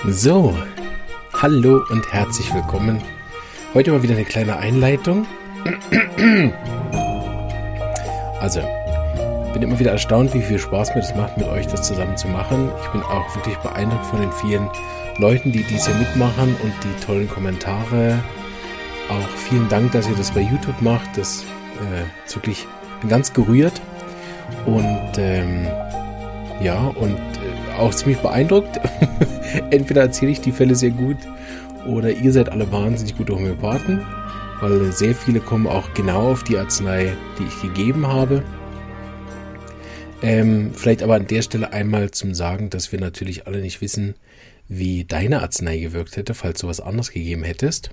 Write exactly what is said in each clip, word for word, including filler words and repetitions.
So, hallo und herzlich willkommen. Heute mal wieder eine kleine Einleitung. Also, bin immer wieder erstaunt, wie viel Spaß mir das macht, mit euch das zusammen zu machen. Ich bin auch wirklich beeindruckt von den vielen Leuten, die dies hier mitmachen und die tollen Kommentare. Auch vielen Dank, dass ihr das bei YouTube macht. Das äh, ist wirklich, bin ganz gerührt und ähm, ja, und äh, auch ziemlich beeindruckt. Entweder erzähle ich die Fälle sehr gut oder ihr seid alle wahnsinnig gute Homöopathen, weil sehr viele kommen auch genau auf die Arznei, die ich gegeben habe. Ähm, vielleicht aber an der Stelle einmal zum Sagen, dass wir natürlich alle nicht wissen, wie deine Arznei gewirkt hätte, falls du was anderes gegeben hättest.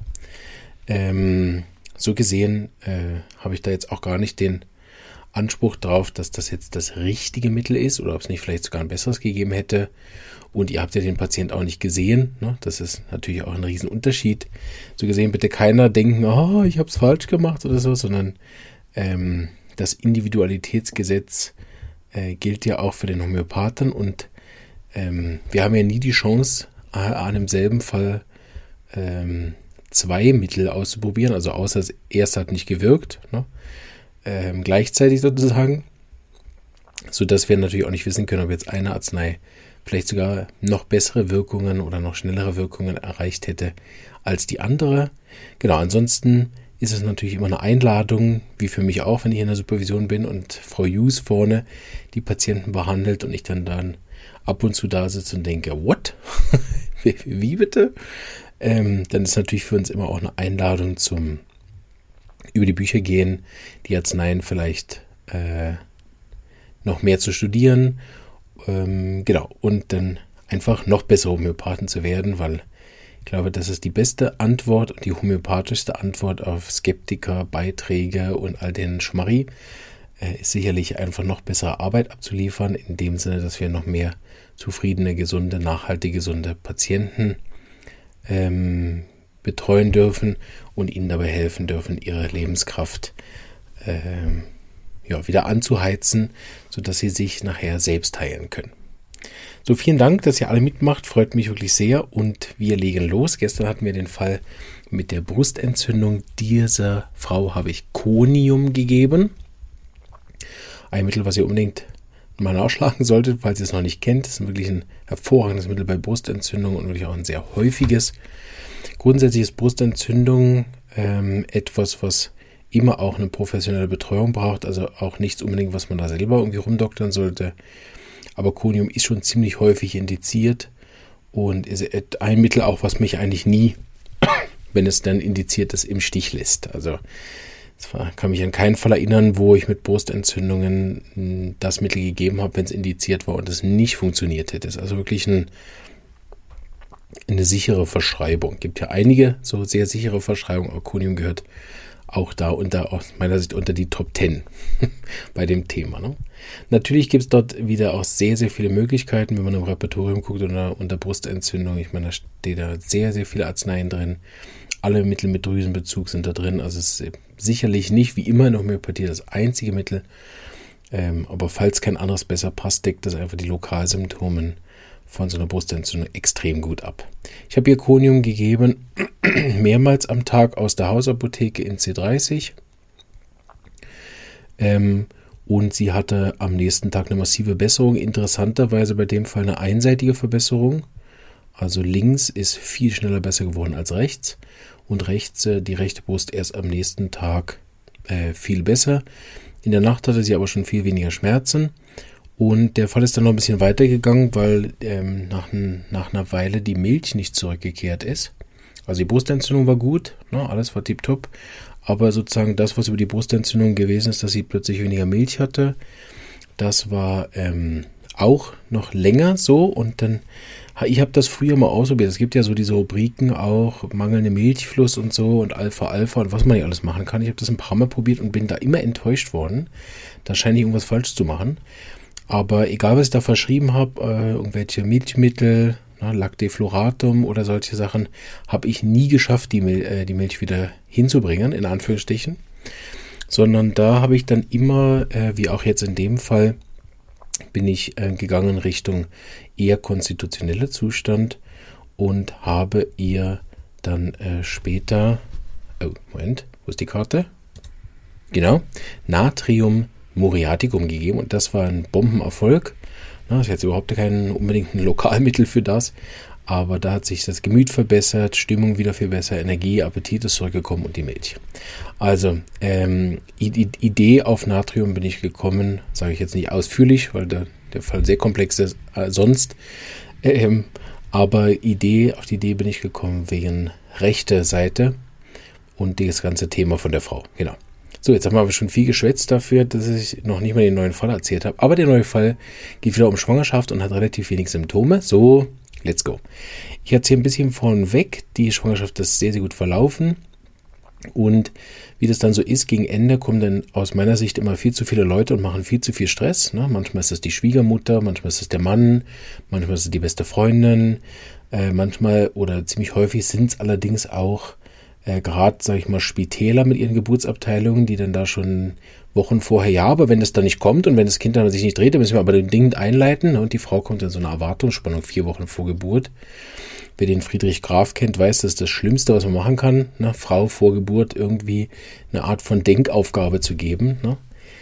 Ähm, so gesehen äh, habe ich da jetzt auch gar nicht den Anspruch drauf, dass das jetzt das richtige Mittel ist oder ob es nicht vielleicht sogar ein besseres gegeben hätte. Und ihr habt ja den Patient auch nicht gesehen. Ne? Das ist natürlich auch ein Riesenunterschied. So gesehen bitte keiner denken, oh, ich habe es falsch gemacht oder so, sondern ähm, das Individualitätsgesetz äh, gilt ja auch für den Homöopathen. Und ähm, wir haben ja nie die Chance, an einem selben Fall ähm, zwei Mittel auszuprobieren. Also außer das erste hat nicht gewirkt, ne? ähm, gleichzeitig sozusagen. Sodass wir natürlich auch nicht wissen können, ob jetzt eine Arznei vielleicht sogar noch bessere Wirkungen oder noch schnellere Wirkungen erreicht hätte als die andere. Genau, ansonsten ist es natürlich immer eine Einladung, wie für mich auch, wenn ich in der Supervision bin und Frau Hughes vorne die Patienten behandelt und ich dann dann ab und zu da sitze und denke, what? Wie bitte? Ähm, dann ist natürlich für uns immer auch eine Einladung zum über die Bücher gehen, die Arzneien vielleicht äh, noch mehr zu studieren. Ähm, genau, und dann einfach noch bessere Homöopathen zu werden, weil ich glaube, das ist die beste Antwort und die homöopathischste Antwort auf Skeptiker, Beiträge und all den Schmarri, äh, ist sicherlich einfach noch bessere Arbeit abzuliefern, in dem Sinne, dass wir noch mehr zufriedene, gesunde, nachhaltige, gesunde Patienten ähm, betreuen dürfen und ihnen dabei helfen dürfen, ihre Lebenskraft ähm, ja, wieder anzuheizen, sodass sie sich nachher selbst heilen können. So, vielen Dank, dass ihr alle mitmacht, freut mich wirklich sehr und wir legen los. Gestern hatten wir den Fall mit der Brustentzündung. Dieser Frau habe ich Conium gegeben. Ein Mittel, was ihr unbedingt mal nachschlagen solltet, falls ihr es noch nicht kennt. Das ist wirklich ein hervorragendes Mittel bei Brustentzündung und wirklich auch ein sehr häufiges. Grundsätzlich ist Brustentzündung ähm, etwas, was immer auch eine professionelle Betreuung braucht, also auch nichts unbedingt, was man da selber irgendwie rumdoktern sollte. Aber Conium ist schon ziemlich häufig indiziert und ist ein Mittel auch, was mich eigentlich nie, wenn es dann indiziert ist, im Stich lässt. Also ich kann mich an keinen Fall erinnern, wo ich mit Brustentzündungen das Mittel gegeben habe, wenn es indiziert war und es nicht funktioniert hätte. Es ist also wirklich ein, eine sichere Verschreibung. Es gibt ja einige so sehr sichere Verschreibungen, aber Conium gehört auch da unter, aus meiner Sicht unter die Top Ten bei dem Thema. Ne? Natürlich gibt es dort wieder auch sehr, sehr viele Möglichkeiten, wenn man im Repertorium guckt unter, unter Brustentzündung. Ich meine, da steht da sehr, sehr viele Arzneien drin. Alle Mittel mit Drüsenbezug sind da drin. Also es ist sicherlich nicht wie immer in der Homöopathie das einzige Mittel. Ähm, aber falls kein anderes besser passt, deckt das einfach die Lokalsymptome von so einer Brustentzündung extrem gut ab. Ich habe ihr Conium gegeben, mehrmals am Tag aus der Hausapotheke in C dreißig. Ähm, und sie hatte am nächsten Tag eine massive Besserung. Interessanterweise bei dem Fall eine einseitige Verbesserung. Also links ist viel schneller besser geworden als rechts. Und rechts, äh, die rechte Brust erst am nächsten Tag äh, viel besser. In der Nacht hatte sie aber schon viel weniger Schmerzen. Und der Fall ist dann noch ein bisschen weitergegangen, weil ähm, nach, n, nach einer Weile die Milch nicht zurückgekehrt ist. Also die Brustentzündung war gut, ne, alles war tipptopp. Aber sozusagen das, was über die Brustentzündung gewesen ist, dass sie plötzlich weniger Milch hatte, das war ähm, auch noch länger so. Und dann, ich habe das früher mal ausprobiert. Es gibt ja so diese Rubriken auch, mangelnde Milchfluss und so und Alpha-Alpha und was man hier alles machen kann. Ich habe das ein paar Mal probiert und bin da immer enttäuscht worden. Da scheine ich irgendwas falsch zu machen. Aber egal, was ich da verschrieben habe, äh, irgendwelche Milchmittel, na, Lactefloratum oder solche Sachen, habe ich nie geschafft, die, Mil- äh, die Milch wieder hinzubringen, in Anführungsstrichen. Sondern da habe ich dann immer, äh, wie auch jetzt in dem Fall, bin ich äh, gegangen Richtung eher konstitutioneller Zustand und habe ihr dann äh, später, oh, Moment, wo ist die Karte? Genau, Natrium Muriaticum gegeben und das war ein Bombenerfolg. Das ist jetzt überhaupt kein unbedingt ein Lokalmittel für das, aber da hat sich das Gemüt verbessert, Stimmung wieder viel besser, Energie, Appetit ist zurückgekommen und die Milch. Also, ähm, Idee auf Natrium bin ich gekommen, sage ich jetzt nicht ausführlich, weil der, der Fall sehr komplex ist äh, sonst, ähm, aber Idee, auf die Idee bin ich gekommen wegen rechter Seite und das ganze Thema von der Frau, genau. So, jetzt haben wir aber schon viel geschwätzt dafür, dass ich noch nicht mal den neuen Fall erzählt habe. Aber der neue Fall geht wieder um Schwangerschaft und hat relativ wenig Symptome. So, let's go. Ich erzähle ein bisschen vornweg. Die Schwangerschaft ist sehr, sehr gut verlaufen. Und wie das dann so ist, gegen Ende kommen dann aus meiner Sicht immer viel zu viele Leute und machen viel zu viel Stress. Ne? Manchmal ist es die Schwiegermutter, manchmal ist es der Mann, manchmal ist es die beste Freundin. Äh, manchmal oder ziemlich häufig sind es allerdings auch Äh, gerade, sage ich mal, Spitäler mit ihren Geburtsabteilungen, die dann da schon Wochen vorher, ja, aber wenn das dann nicht kommt und wenn das Kind dann sich nicht dreht, dann müssen wir aber dringend einleiten, ne? Und die Frau kommt in so eine Erwartungsspannung vier Wochen vor Geburt. Wer den Friedrich Graf kennt, weiß, das ist das Schlimmste, was man machen kann, ne? Frau vor Geburt irgendwie eine Art von Denkaufgabe zu geben. Ne?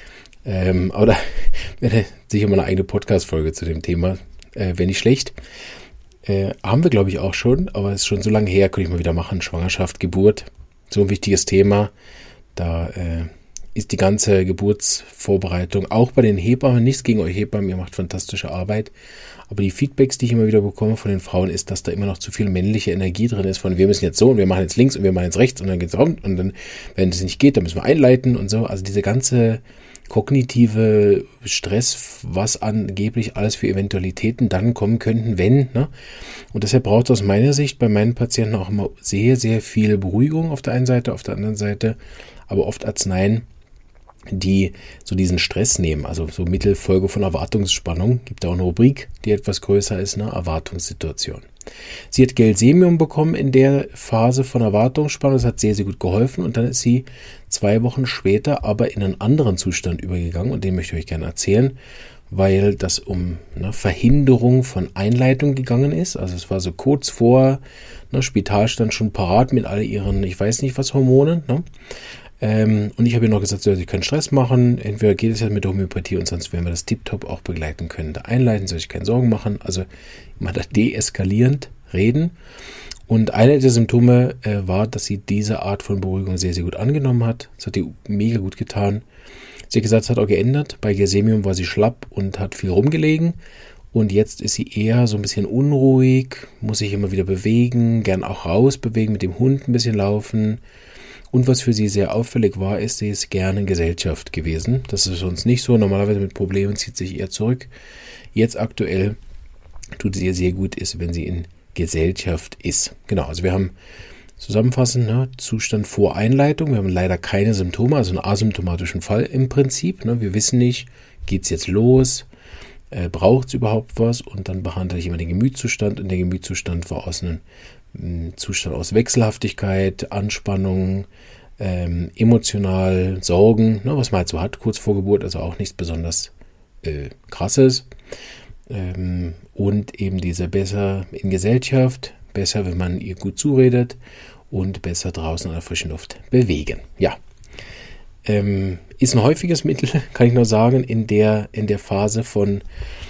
Ähm, aber da wäre sicher mal eine eigene Podcast-Folge zu dem Thema, äh, wäre nicht schlecht. Äh, haben wir, glaube ich, auch schon, aber es ist schon so lange her, könnte ich mal wieder machen. Schwangerschaft, Geburt, so ein wichtiges Thema. Da äh, ist die ganze Geburtsvorbereitung, auch bei den Hebammen, nichts gegen euch Hebammen, ihr macht fantastische Arbeit. Aber die Feedbacks, die ich immer wieder bekomme von den Frauen, ist, dass da immer noch zu viel männliche Energie drin ist, von wir müssen jetzt so und wir machen jetzt links und wir machen jetzt rechts und dann geht's rum und dann, wenn es nicht geht, dann müssen wir einleiten und so. Also diese ganze kognitive Stress, was angeblich alles für Eventualitäten dann kommen könnten, wenn, ne? Und deshalb braucht es aus meiner Sicht bei meinen Patienten auch immer sehr, sehr viel Beruhigung auf der einen Seite, auf der anderen Seite, aber oft Arzneien, die so diesen Stress nehmen, also so Mittelfolge von Erwartungsspannung, gibt da auch eine Rubrik, die etwas größer ist, eine Erwartungssituation. Sie hat Gelsemium bekommen in der Phase von Erwartungsspannung, das hat sehr, sehr gut geholfen und dann ist sie zwei Wochen später aber in einen anderen Zustand übergegangen und den möchte ich euch gerne erzählen, weil das um ne, Verhinderung von Einleitung gegangen ist, also es war so kurz vor, ne, Spital stand schon parat mit all ihren, ich weiß nicht was, Hormonen, ne? Ähm, und ich habe ihr noch gesagt, sie soll sich keinen Stress machen, entweder geht es ja mit der Homöopathie und sonst werden wir das tiptop auch begleiten können. Da einleiten, soll sich keine Sorgen machen, also immer da deeskalierend reden. Und eine der Symptome äh, war, dass sie diese Art von Beruhigung sehr, sehr gut angenommen hat. Das hat ihr mega gut getan. Sie hat gesagt, es hat auch geändert. Bei Gelsemium war sie schlapp und hat viel rumgelegen. Und jetzt ist sie eher so ein bisschen unruhig, muss sich immer wieder bewegen, gern auch rausbewegen, mit dem Hund ein bisschen laufen. Und was für sie sehr auffällig war, ist, sie ist gerne in Gesellschaft gewesen. Das ist sonst nicht so. Normalerweise mit Problemen zieht sich eher zurück. Jetzt aktuell tut es ihr sehr gut, ist, wenn sie in Gesellschaft ist. Genau, also wir haben zusammenfassend ne, Zustand vor Einleitung. Wir haben leider keine Symptome, also einen asymptomatischen Fall im Prinzip. Ne. Wir wissen nicht, geht es jetzt los, äh, braucht es überhaupt was? Und dann behandle ich immer den Gemütszustand. Und der Gemütszustand war aus einem Zustand aus Wechselhaftigkeit, Anspannung, ähm, emotional, Sorgen, ne, was man halt so hat, kurz vor Geburt, also auch nichts besonders äh, Krasses. Ähm, und eben diese besser in Gesellschaft, besser, wenn man ihr gut zuredet und besser draußen an der frischen Luft bewegen. Ja, ähm, ist ein häufiges Mittel, kann ich nur sagen, in der, in der Phase von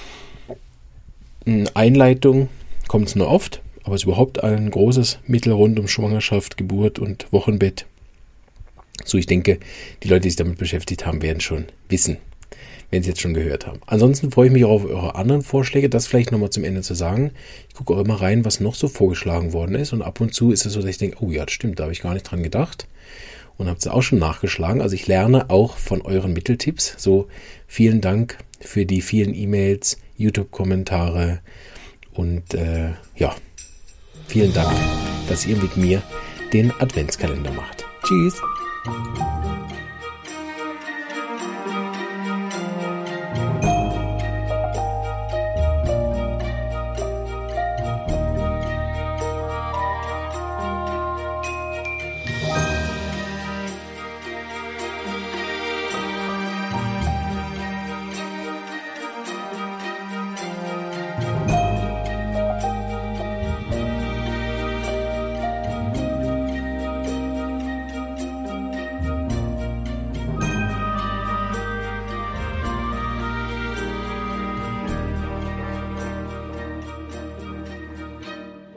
Einleitung kommt es nur oft. Aber es ist überhaupt ein großes Mittel rund um Schwangerschaft, Geburt und Wochenbett. So, ich denke, die Leute, die sich damit beschäftigt haben, werden schon wissen, wenn sie jetzt schon gehört haben. Ansonsten freue ich mich auch auf eure anderen Vorschläge, das vielleicht nochmal zum Ende zu sagen. Ich gucke auch immer rein, was noch so vorgeschlagen worden ist. Und ab und zu ist es so, dass ich denke, oh ja, das stimmt, da habe ich gar nicht dran gedacht. Und habe es auch schon nachgeschlagen. Also ich lerne auch von euren Mitteltipps. So, vielen Dank für die vielen E-Mails, YouTube-Kommentare und äh, ja, vielen Dank, dass ihr mit mir den Adventskalender macht. Tschüss!